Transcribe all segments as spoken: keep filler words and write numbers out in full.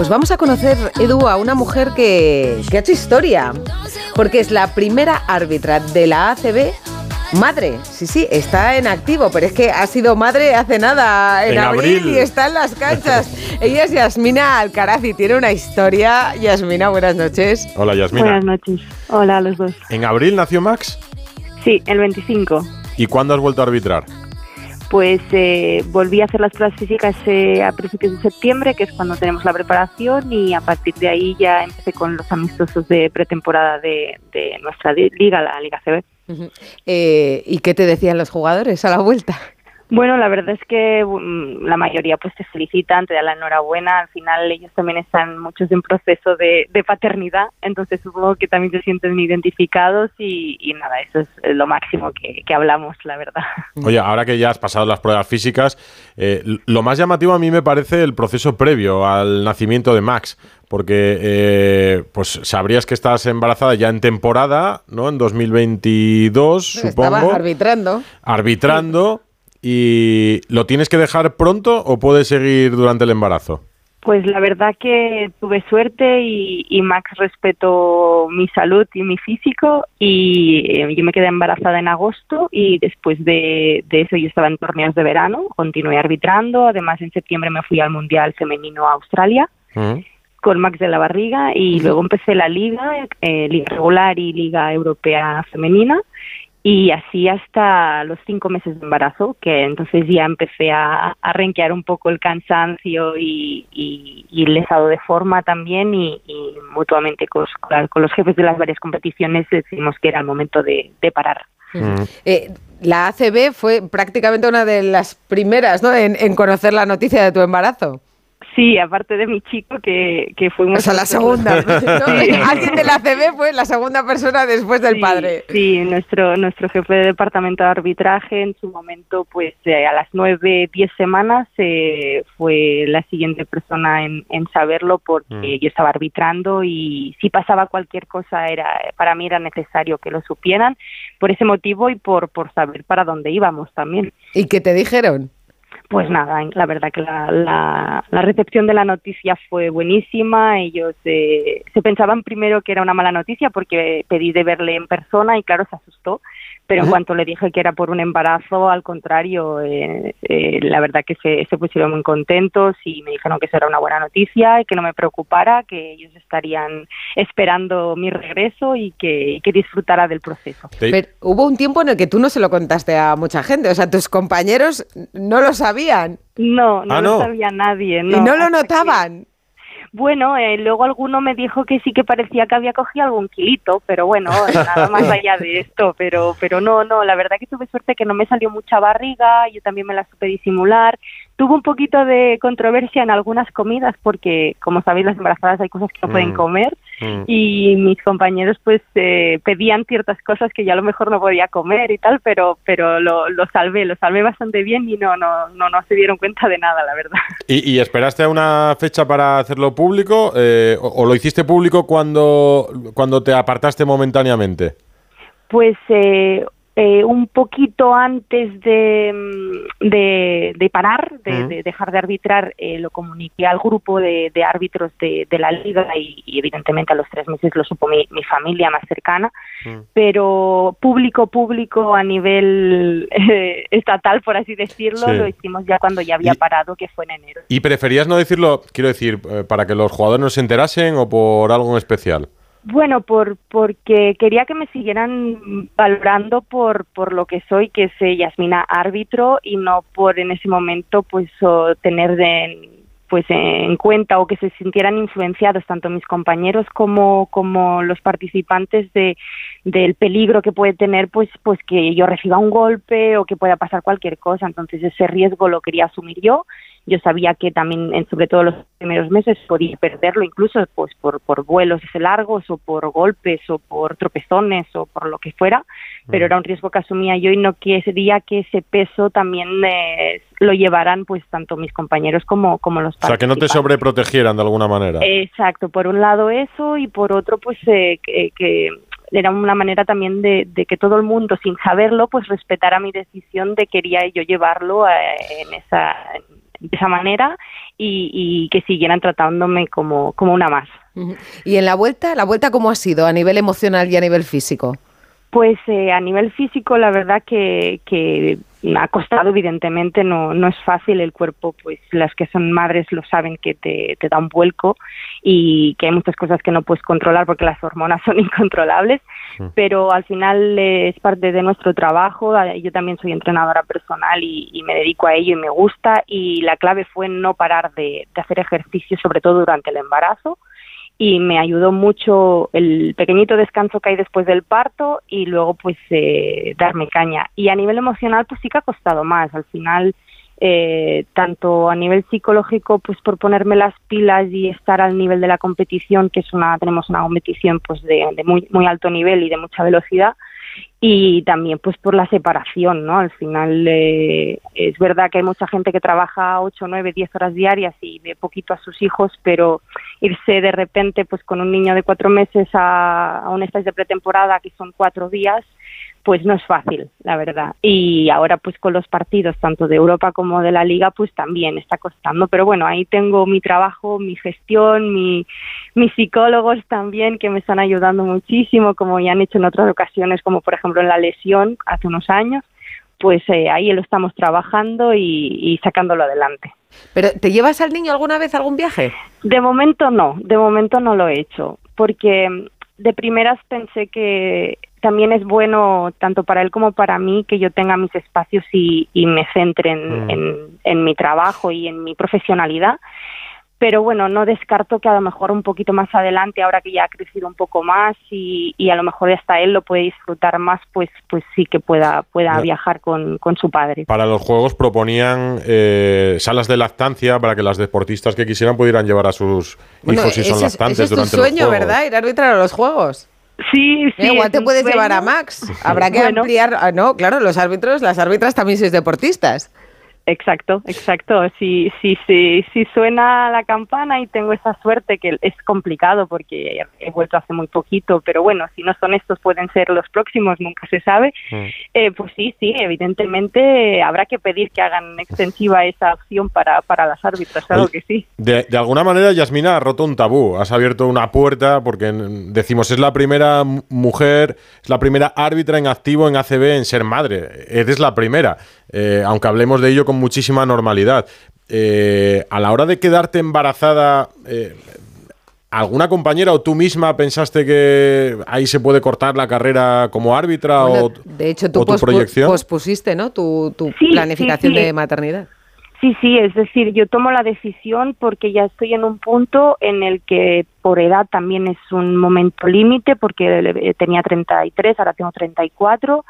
pues vamos a conocer, Edu, a una mujer que, que ha hecho historia, porque es la primera árbitra de la A C B madre. Sí, sí, está en activo, pero es que ha sido madre hace nada, en, en abril, abril, y está en las canchas. Ella es Yasmina Alcaraz y tiene una historia. Yasmina, buenas noches. Hola, Yasmina. Buenas noches. Hola a los dos. ¿En abril nació Max? Sí, el veinticinco. ¿Y cuándo has vuelto a arbitrar? Pues eh, volví a hacer las pruebas físicas eh, a principios de septiembre, que es cuando tenemos la preparación, y a partir de ahí ya empecé con los amistosos de pretemporada de, de nuestra liga, la Liga A C B. Uh-huh. Eh, ¿Y qué te decían los jugadores a la vuelta? Bueno, la verdad es que um, la mayoría pues te felicitan, te dan la enhorabuena. Al final ellos también están muchos en proceso de, de paternidad, entonces supongo que también se sienten identificados y, y nada, eso es lo máximo que, que hablamos, la verdad. Oye, ahora que ya has pasado las pruebas físicas, eh, lo más llamativo a mí me parece el proceso previo al nacimiento de Max, porque eh, pues sabrías que estás embarazada ya en temporada, ¿no? En dos mil veintidós, Pero supongo. Estabas arbitrando. Arbitrando. Sí. ¿Y lo tienes que dejar pronto o puedes seguir durante el embarazo? Pues la verdad que tuve suerte y, y Max respetó mi salud y mi físico, y eh, yo me quedé embarazada en agosto, y después de, de eso yo estaba en torneos de verano, continué arbitrando. Además en septiembre me fui al Mundial Femenino a Australia uh-huh. con Max de la barriga, y uh-huh. luego empecé la liga, eh, liga regular y liga europea femenina. Y así hasta los cinco meses de embarazo, que entonces ya empecé a, a renquear un poco el cansancio y, y, y el estado de forma también, y, y mutuamente con, con los jefes de las varias competiciones decidimos que era el momento de, de parar. Mm. Eh, la A C B fue prácticamente una de las primeras, ¿no?, en, en conocer la noticia de tu embarazo. Sí, aparte de mi chico, que, que fuimos... O sea, la segunda. ¿no? Sí. Alguien de la A C B fue la segunda persona después del sí, padre. Sí, nuestro nuestro jefe de departamento de arbitraje en su momento, pues eh, a las nueve, diez semanas eh, fue la siguiente persona en, en saberlo, porque mm. yo estaba arbitrando y si pasaba cualquier cosa, era para mí era necesario que lo supieran, por ese motivo y por, por saber para dónde íbamos también. ¿Y qué te dijeron? Pues nada, la verdad que la, la, la recepción de la noticia fue buenísima. Ellos eh, se pensaban primero que era una mala noticia porque pedí de verle en persona y claro, se asustó. Pero en cuanto le dije que era por un embarazo, al contrario, eh, eh, la verdad que se, se pusieron muy contentos y me dijeron que eso era una buena noticia y que no me preocupara, que ellos estarían esperando mi regreso y que, y que disfrutara del proceso. Pero hubo un tiempo en el que tú no se lo contaste a mucha gente, o sea, tus compañeros no lo sabían. No, no ah, lo no. sabía nadie. No, y no lo notaban. Que... Bueno, eh, luego alguno me dijo que sí que parecía que había cogido algún kilito, pero bueno, nada más allá de esto, pero pero no, no, la verdad que tuve suerte que no me salió mucha barriga, yo también me la supe disimular. Tuve un poquito de controversia en algunas comidas porque, como sabéis, las embarazadas hay cosas que no mm. pueden comer mm. y mis compañeros pues eh, pedían ciertas cosas que yo a lo mejor no podía comer y tal, pero pero lo, lo salvé, lo salvé bastante bien y no no no no se dieron cuenta de nada, la verdad. ¿Y, y esperaste a una fecha para hacerlo público eh, o, o lo hiciste público cuando, cuando te apartaste momentáneamente? Pues... Eh, Eh, un poquito antes de, de, de parar, de, uh-huh. de dejar de arbitrar, eh, lo comuniqué al grupo de, de árbitros de, de la liga y, y evidentemente a los tres meses lo supo mi, mi familia más cercana, uh-huh. pero público, público a nivel eh, estatal, por así decirlo, sí. lo hicimos ya cuando ya había y, parado, que fue en enero. ¿Y preferías no decirlo, quiero decir, eh, para que los jugadores no se enterasen o por algo en especial? Bueno, por porque quería que me siguieran valorando por por lo que soy, que es eh, Yasmina árbitro, y no por en ese momento pues o tener de, pues en cuenta o que se sintieran influenciados tanto mis compañeros como como los participantes de del peligro que puede tener pues pues que yo reciba un golpe o que pueda pasar cualquier cosa. Entonces ese riesgo lo quería asumir yo. Yo sabía que también, en, sobre todo los primeros meses, podía perderlo incluso pues por, por vuelos largos o por golpes o por tropezones o por lo que fuera, pero era un riesgo que asumía yo y no quería que ese peso también eh, lo llevaran pues tanto mis compañeros como, como los participantes. O sea, que no te sobreprotegieran de alguna manera. Exacto, por un lado eso y por otro pues eh, que... que era una manera también de, de que todo el mundo, sin saberlo, pues respetara mi decisión de quería yo llevarlo a, en esa de esa manera y, y que siguieran tratándome como, como una más. ¿Y en la vuelta? ¿La vuelta cómo ha sido a nivel emocional y a nivel físico? Pues eh, a nivel físico la verdad que, que ha costado, evidentemente, no, no es fácil. El cuerpo, pues las que son madres lo saben, que te, te da un vuelco y que hay muchas cosas que no puedes controlar porque las hormonas son incontrolables, sí. Pero al final eh, es parte de nuestro trabajo. Yo también soy entrenadora personal y, y me dedico a ello y me gusta, y la clave fue no parar de, de hacer ejercicio, sobre todo durante el embarazo. Y me ayudó mucho el pequeñito descanso que hay después del parto y luego pues eh, darme caña. Y a nivel emocional pues sí que ha costado más. Al final, eh, tanto a nivel psicológico, pues por ponerme las pilas y estar al nivel de la competición, que es una tenemos una competición pues de, de muy muy alto nivel y de mucha velocidad, y también pues por la separación, ¿no? Al final eh, es verdad que hay mucha gente que trabaja ocho, nueve, diez horas diarias y ve poquito a sus hijos, pero irse de repente pues con un niño de cuatro meses a, a un stage de pretemporada que son cuatro días, pues no es fácil, la verdad. Y ahora pues con los partidos tanto de Europa como de la Liga pues también está costando, pero bueno, ahí tengo mi trabajo, mi gestión, mi, mis psicólogos también que me están ayudando muchísimo, como ya han hecho en otras ocasiones, como por ejemplo en la lesión hace unos años, pues eh, ahí lo estamos trabajando y, y sacándolo adelante. ¿Pero te llevas al niño alguna vez a algún viaje? De momento no, de momento no lo he hecho, porque de primeras pensé que también es bueno, tanto para él como para mí, que yo tenga mis espacios y, y me centre en, mm. en, en mi trabajo y en mi profesionalidad. Pero bueno, no descarto que a lo mejor un poquito más adelante, ahora que ya ha crecido un poco más y, y a lo mejor hasta él lo puede disfrutar más, pues pues sí que pueda pueda no. viajar con, con su padre. Para los Juegos proponían eh, salas de lactancia para que las deportistas que quisieran pudieran llevar a sus bueno, hijos si son ese, lactantes ese es durante tu sueño, los Juegos. ¿verdad? Ir a arbitrar a los Juegos. Sí, sí. Eh, igual te puedes sueño. llevar a Max. Habrá que bueno. ampliar. Ah, no, claro, los árbitros, las árbitras también sois deportistas. Exacto, exacto. Sí, sí, sí, sí suena la campana y tengo esa suerte, que es complicado porque he vuelto hace muy poquito, pero bueno, si no son estos pueden ser los próximos, nunca se sabe. Mm. Eh, pues sí, sí, evidentemente habrá que pedir que hagan extensiva esa opción para, para las árbitras, claro que sí. De, de alguna manera, Yasmina, has roto un tabú, has abierto una puerta porque decimos, es la primera mujer, es la primera árbitra en activo en A C B en ser madre, eres la primera, eh, aunque hablemos de ello con muchísima normalidad. Eh, a la hora de quedarte embarazada, eh, ¿alguna compañera o tú misma pensaste que ahí se puede cortar la carrera como árbitra bueno, o, de hecho, tú o tu pospu- proyección? pospusiste, ¿no? Tu, tu sí, planificación sí, sí. de maternidad. Sí, sí, es decir, yo tomo la decisión porque ya estoy en un punto en el que por edad también es un momento límite, porque tenía treinta y tres, ahora tengo treinta y cuatro,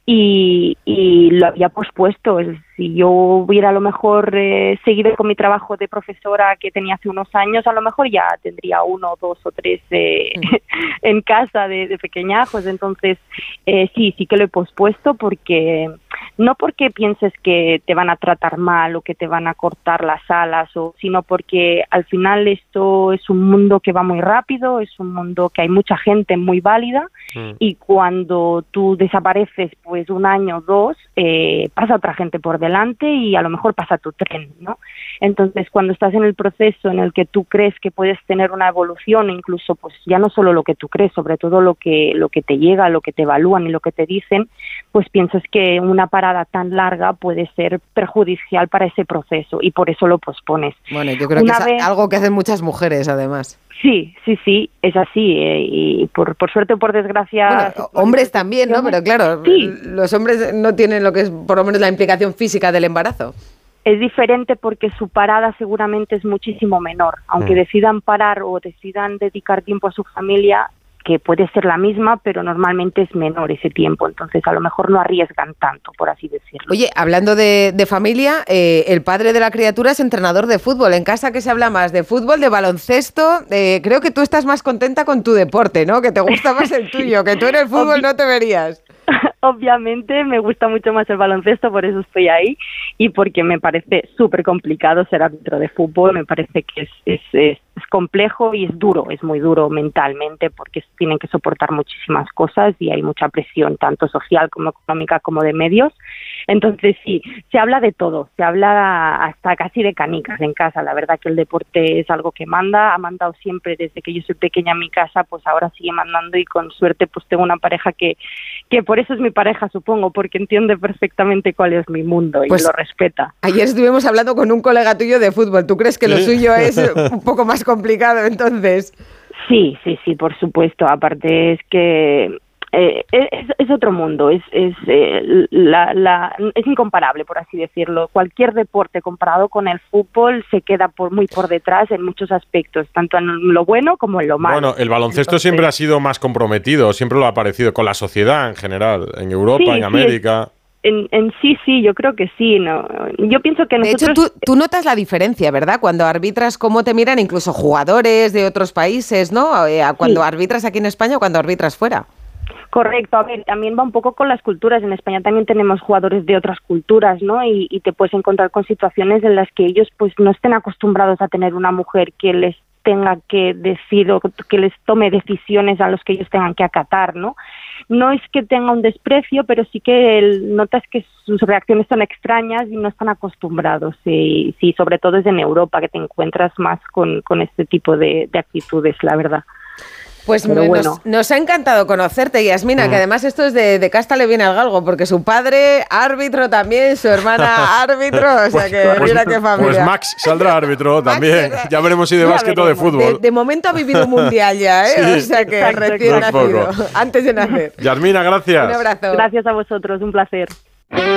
y, y lo había pospuesto. Si yo hubiera a lo mejor eh, seguido con mi trabajo de profesora que tenía hace unos años, a lo mejor ya tendría uno, dos o tres eh, mm. en casa de, de pequeñajos. Entonces, eh, sí, sí que lo he pospuesto porque... No porque pienses que te van a tratar mal o que te van a cortar las alas, o, sino porque al final esto es un mundo que va muy rápido, es un mundo que hay mucha gente muy válida mm. y cuando tú desapareces pues un año o dos, eh, pasa otra gente por delante y a lo mejor pasa tu tren, ¿no? Entonces, cuando estás en el proceso en el que tú crees que puedes tener una evolución, incluso pues ya no solo lo que tú crees, sobre todo lo que, lo que te llega, lo que te evalúan y lo que te dicen, pues piensas que una parada tan larga puede ser perjudicial para ese proceso y por eso lo pospones. Bueno, yo creo Una que es vez... algo que hacen muchas mujeres, además. Sí, sí, sí, es así. Eh, y por, por suerte o por desgracia... Bueno, hombres también, ¿no? Pero claro, sí. Los hombres no tienen lo que es por lo menos la implicación física del embarazo. Es diferente porque su parada seguramente es muchísimo menor. Aunque mm. decidan parar o decidan dedicar tiempo a su familia, que puede ser la misma, pero normalmente es menor ese tiempo, entonces a lo mejor no arriesgan tanto, por así decirlo. Oye, hablando de, de familia, eh, el padre de la criatura es entrenador de fútbol. En casa que se habla más de fútbol, de baloncesto, eh, creo que tú estás más contenta con tu deporte, ¿no? Que te gusta más el tuyo, que tú en el fútbol no te verías. Obviamente me gusta mucho más el baloncesto, por eso estoy ahí y porque me parece súper complicado ser árbitro de fútbol. Me parece que es, es, es, es complejo y es duro, es muy duro mentalmente porque tienen que soportar muchísimas cosas y hay mucha presión tanto social como económica como de medios. Entonces sí, se habla de todo, se habla hasta casi de canicas en casa. La verdad que el deporte es algo que manda, ha mandado siempre desde que yo soy pequeña en mi casa, pues ahora sigue mandando y con suerte pues tengo una pareja que, que por eso es mi pareja, supongo, porque entiende perfectamente cuál es mi mundo y pues lo respeta. Ayer estuvimos hablando con un colega tuyo de fútbol. ¿Tú crees que ¿Sí? lo suyo es un poco más complicado entonces? Sí, sí, sí, por supuesto. Aparte es que eh, es, es otro mundo, es es eh, la, la es incomparable, por así decirlo. Cualquier deporte comparado con el fútbol se queda por muy por detrás en muchos aspectos, tanto en lo bueno como en lo malo. Bueno, el baloncesto Entonces, siempre ha sido más comprometido, siempre lo ha parecido con la sociedad en general, en Europa, sí, en América. Sí, En, en sí, sí, yo creo que sí. No, yo pienso que nosotros... De hecho, tú, tú notas la diferencia, ¿verdad? Cuando arbitras, cómo te miran incluso jugadores de otros países, ¿no? Cuando sí. arbitras aquí en España o cuando arbitras fuera. Correcto, a ver, también va un poco con las culturas. En España también tenemos jugadores de otras culturas, ¿no? Y, y te puedes encontrar con situaciones en las que ellos pues no estén acostumbrados a tener una mujer que les tenga que decir o que les tome decisiones a los que ellos tengan que acatar, ¿no? No es que tenga un desprecio, pero sí que el, notas que sus reacciones son extrañas y no están acostumbrados. Y sí, sobre todo es en Europa que te encuentras más con, con este tipo de, de actitudes, la verdad. Pues me, bueno. nos, nos ha encantado conocerte, Yasmina, mm. que además esto es de, de casta le viene al galgo, porque su padre árbitro también, su hermana árbitro, o sea que pues, mira qué familia. Pues Max saldrá árbitro también, Max, ya veremos si de básquet o de fútbol. De, de momento ha vivido mundial ya, ¿eh? Sí, o sea que exacto, recién nacido, antes de nacer. Yasmina, gracias. Un abrazo. Gracias a vosotros, un placer.